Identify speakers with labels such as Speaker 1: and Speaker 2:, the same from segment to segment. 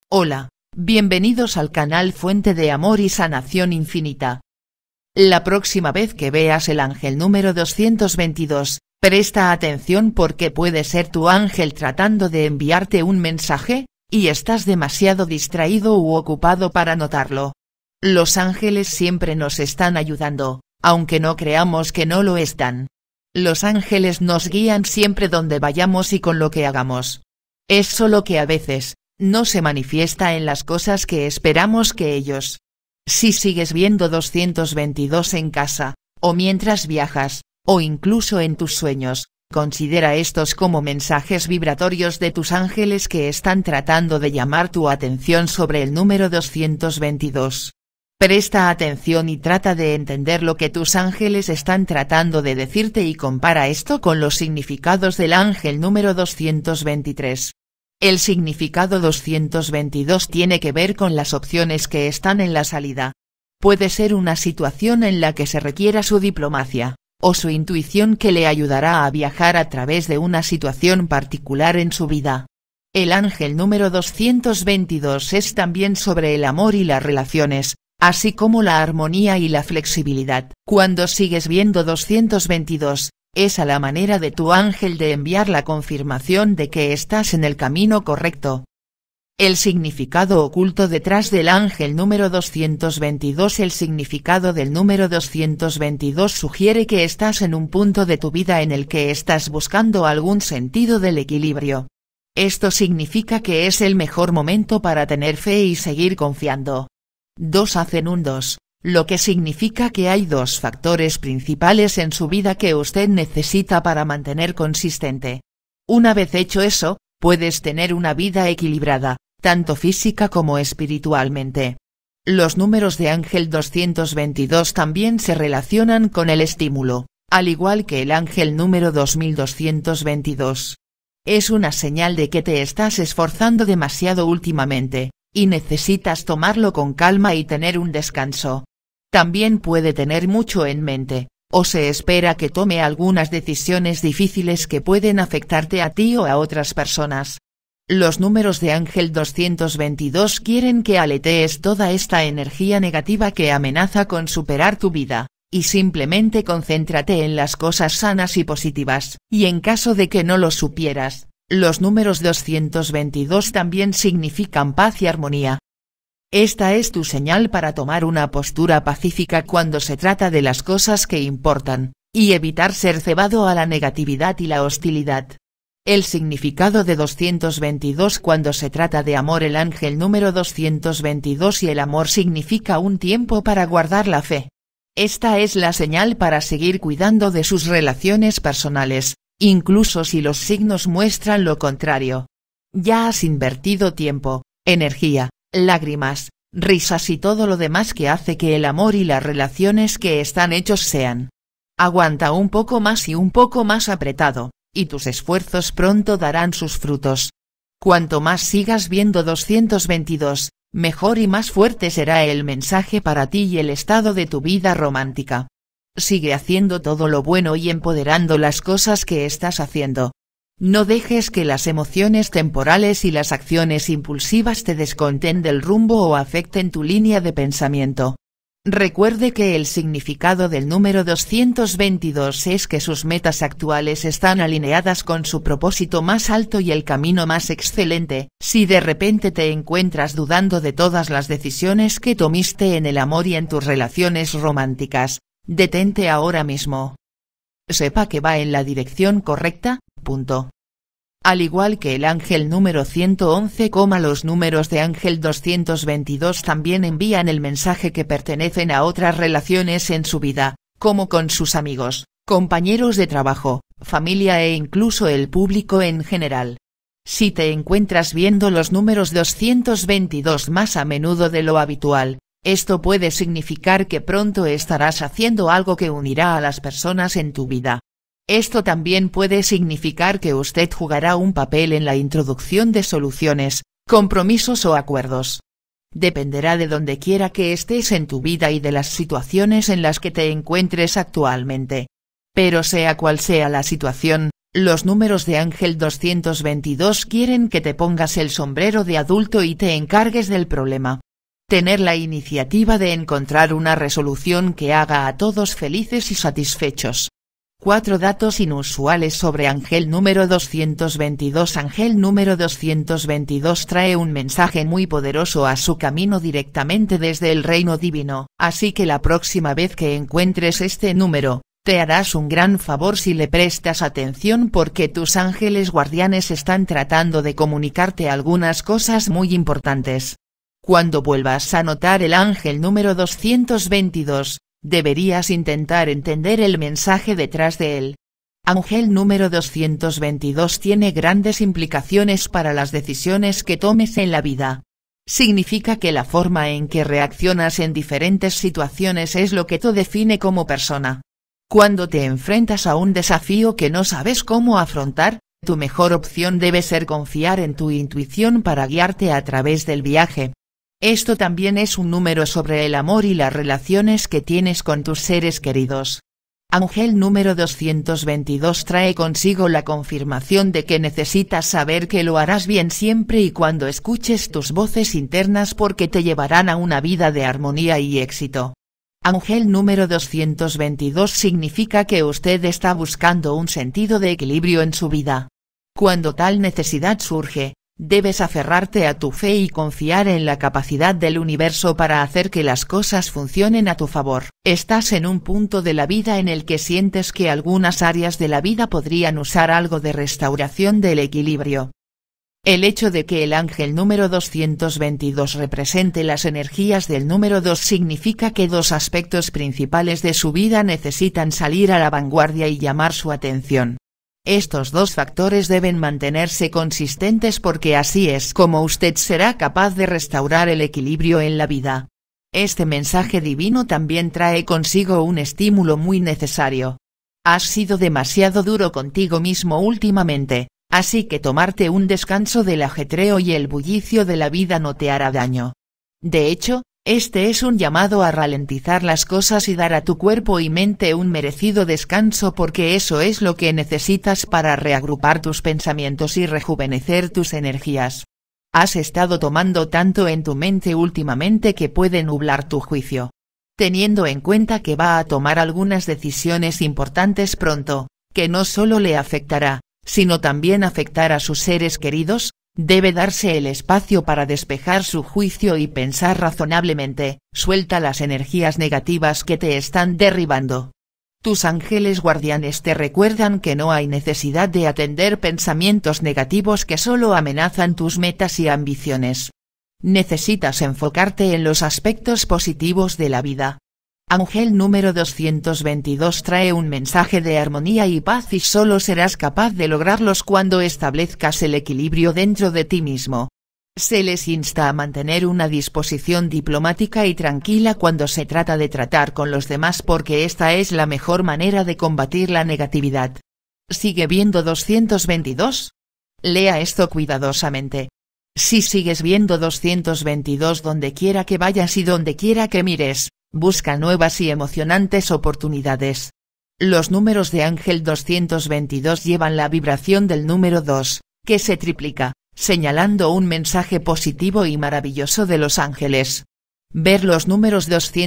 Speaker 1: Hola, bienvenidos al canal Fuente de Amor y Sanación Infinita. La próxima vez que veas el ángel número 222, presta atención porque puede ser tu ángel tratando de enviarte un mensaje, y estás demasiado distraído u ocupado para notarlo. Los ángeles siempre nos están ayudando, aunque no creamos que no lo están. Los ángeles nos guían siempre donde vayamos y con lo que hagamos. Es solo que a veces, no se manifiesta en las cosas que esperamos que ellos. Si sigues viendo 222 en casa, o mientras viajas, o incluso en tus sueños, considera estos como mensajes vibratorios de tus ángeles que están tratando de llamar tu atención sobre el número 222. Presta atención y trata de entender lo que tus ángeles están tratando de decirte y compara esto con los significados del ángel número 223. El significado 222 tiene que ver con las opciones que están en la salida. Puede ser una situación en la que se requiera su diplomacia, o su intuición que le ayudará a viajar a través de una situación particular en su vida. El ángel número 222 es también sobre el amor y las relaciones, así como la armonía y la flexibilidad. Cuando sigues viendo 222, es a la manera de tu ángel de enviar la confirmación de que estás en el camino correcto. El significado oculto detrás del ángel número 222. El significado del número 222 sugiere que estás en un punto de tu vida en el que estás buscando algún sentido del equilibrio. Esto significa que es el mejor momento para tener fe y seguir confiando. 2 hacen un 2. Lo que significa que hay 2 factores principales en su vida que usted necesita para mantener consistente. Una vez hecho eso, puedes tener una vida equilibrada, tanto física como espiritualmente. Los números de ángel 222 también se relacionan con el estímulo, al igual que el ángel número 2222. Es una señal de que te estás esforzando demasiado últimamente, y necesitas tomarlo con calma y tener un descanso. También puede tener mucho en mente, o se espera que tome algunas decisiones difíciles que pueden afectarte a ti o a otras personas. Los números de ángel 222 quieren que aletees toda esta energía negativa que amenaza con superar tu vida, y simplemente concéntrate en las cosas sanas y positivas. Y en caso de que no lo supieras, los números 222 también significan paz y armonía. Esta es tu señal para tomar una postura pacífica cuando se trata de las cosas que importan, y evitar ser cebado a la negatividad y la hostilidad. El significado de 222 cuando se trata de amor. El ángel número 222 y el amor significa un tiempo para guardar la fe. Esta es la señal para seguir cuidando de sus relaciones personales, incluso si los signos muestran lo contrario. Ya has invertido tiempo, energía, lágrimas, risas y todo lo demás que hace que el amor y las relaciones que están hechos sean. Aguanta un poco más y un poco más apretado, y tus esfuerzos pronto darán sus frutos. Cuanto más sigas viendo 222, mejor y más fuerte será el mensaje para ti y el estado de tu vida romántica. Sigue haciendo todo lo bueno y empoderando las cosas que estás haciendo. No dejes que las emociones temporales y las acciones impulsivas te desconten del rumbo o afecten tu línea de pensamiento. Recuerde que el significado del número 222 es que sus metas actuales están alineadas con su propósito más alto y el camino más excelente. Si de repente te encuentras dudando de todas las decisiones que tomaste en el amor y en tus relaciones románticas, detente ahora mismo. Sepa que va en la dirección correcta. Al igual que el ángel número 111, los números de ángel 222 también envían el mensaje que pertenecen a otras relaciones en su vida, como con sus amigos, compañeros de trabajo, familia e incluso el público en general. Si te encuentras viendo los números 222 más a menudo de lo habitual, esto puede significar que pronto estarás haciendo algo que unirá a las personas en tu vida. Esto también puede significar que usted jugará un papel en la introducción de soluciones, compromisos o acuerdos. Dependerá de donde quiera que estés en tu vida y de las situaciones en las que te encuentres actualmente. Pero sea cual sea la situación, Los números de Ángel 222 quieren que te pongas el sombrero de adulto y te encargues del problema. Tener la iniciativa de encontrar una resolución que haga a todos felices y satisfechos. 4 datos inusuales sobre Ángel número 222. Ángel número 222 trae un mensaje muy poderoso a su camino directamente desde el reino divino, así que la próxima vez que encuentres este número, te harás un gran favor si le prestas atención porque tus ángeles guardianes están tratando de comunicarte algunas cosas muy importantes. Cuando vuelvas a notar el ángel número 222, deberías intentar entender el mensaje detrás de él. Ángel número 222 tiene grandes implicaciones para las decisiones que tomes en la vida. Significa que la forma en que reaccionas en diferentes situaciones es lo que te define como persona. Cuando te enfrentas a un desafío que no sabes cómo afrontar, tu mejor opción debe ser confiar en tu intuición para guiarte a través del viaje. Esto también es un número sobre el amor y las relaciones que tienes con tus seres queridos. Ángel número 222 trae consigo la confirmación de que necesitas saber que lo harás bien siempre y cuando escuches tus voces internas porque te llevarán a una vida de armonía y éxito. Ángel número 222 significa que usted está buscando un sentido de equilibrio en su vida. Cuando tal necesidad surge, debes aferrarte a tu fe y confiar en la capacidad del universo para hacer que las cosas funcionen a tu favor. Estás en un punto de la vida en el que sientes que algunas áreas de la vida podrían usar algo de restauración del equilibrio. El hecho de que el ángel número 222 represente las energías del número 2 significa que 2 aspectos principales de su vida necesitan salir a la vanguardia y llamar su atención. Estos 2 factores deben mantenerse consistentes porque así es como usted será capaz de restaurar el equilibrio en la vida. Este mensaje divino también trae consigo un estímulo muy necesario. Has sido demasiado duro contigo mismo últimamente. Así que tomarte un descanso del ajetreo y el bullicio de la vida no te hará daño. De hecho, este es un llamado a ralentizar las cosas y dar a tu cuerpo y mente un merecido descanso porque eso es lo que necesitas para reagrupar tus pensamientos y rejuvenecer tus energías. Has estado tomando tanto en tu mente últimamente que puede nublar tu juicio. Teniendo en cuenta que va a tomar algunas decisiones importantes pronto, que no solo le afectará, sino también afectar a sus seres queridos, debe darse el espacio para despejar su juicio y pensar razonablemente. Suelta las energías negativas que te están derribando. Tus ángeles guardianes te recuerdan que no hay necesidad de atender pensamientos negativos que solo amenazan tus metas y ambiciones. Necesitas enfocarte en los aspectos positivos de la vida. Ángel número 222 trae un mensaje de armonía y paz y solo serás capaz de lograrlos cuando establezcas el equilibrio dentro de ti mismo. Se les insta a mantener una disposición diplomática y tranquila cuando se trata de tratar con los demás porque esta es la mejor manera de combatir la negatividad. ¿Sigue viendo 222? Lea esto cuidadosamente. Si sigues viendo 222 donde quiera que vayas y donde quiera que mires, busca nuevas y emocionantes oportunidades. Los números de Ángel 222 llevan la vibración del número 2, que se triplica, señalando un mensaje positivo y maravilloso de los ángeles. Ver los números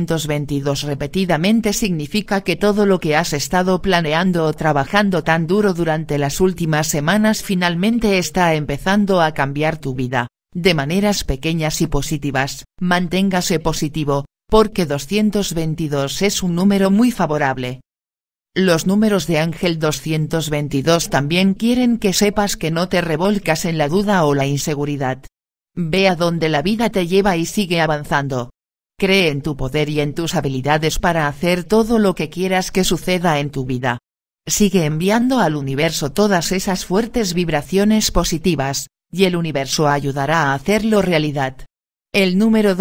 Speaker 1: 222 repetidamente significa que todo lo que has estado planeando o trabajando tan duro durante las últimas semanas finalmente está empezando a cambiar tu vida, de maneras pequeñas y positivas. Manténgase positivo, porque 222 es un número muy favorable. Los números de Ángel 222 también quieren que sepas que no te revolcas en la duda o la inseguridad. Ve a donde la vida te lleva y sigue avanzando. Cree en tu poder y en tus habilidades para hacer todo lo que quieras que suceda en tu vida. Sigue enviando al universo todas esas fuertes vibraciones positivas, y el universo ayudará a hacerlo realidad. El número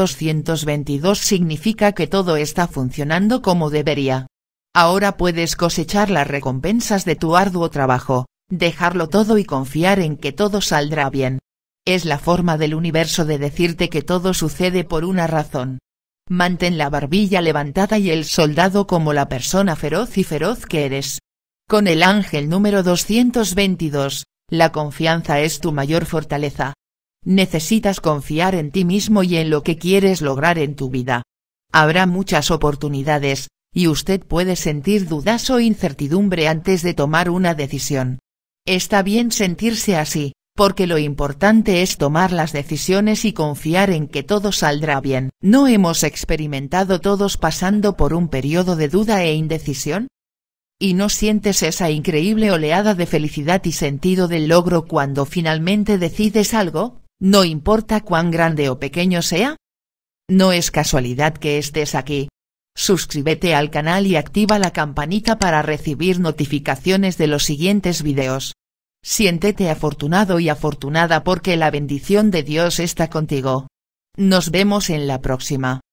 Speaker 1: 222 significa que todo está funcionando como debería. Ahora puedes cosechar las recompensas de tu arduo trabajo, dejarlo todo y confiar en que todo saldrá bien. Es la forma del universo de decirte que todo sucede por una razón. Mantén la barbilla levantada y el soldado como la persona feroz y feroz que eres. Con el ángel número 222, la confianza es tu mayor fortaleza. Necesitas confiar en ti mismo y en lo que quieres lograr en tu vida. Habrá muchas oportunidades, y usted puede sentir dudas o incertidumbre antes de tomar una decisión. Está bien sentirse así, porque lo importante es tomar las decisiones y confiar en que todo saldrá bien. ¿No hemos experimentado todos pasando por un periodo de duda e indecisión? ¿Y no sientes esa increíble oleada de felicidad y sentido del logro cuando finalmente decides algo, no importa cuán grande o pequeño sea? No es casualidad que estés aquí. Suscríbete al canal y activa la campanita para recibir notificaciones de los siguientes videos. Siéntete afortunado y afortunada porque la bendición de Dios está contigo. Nos vemos en la próxima.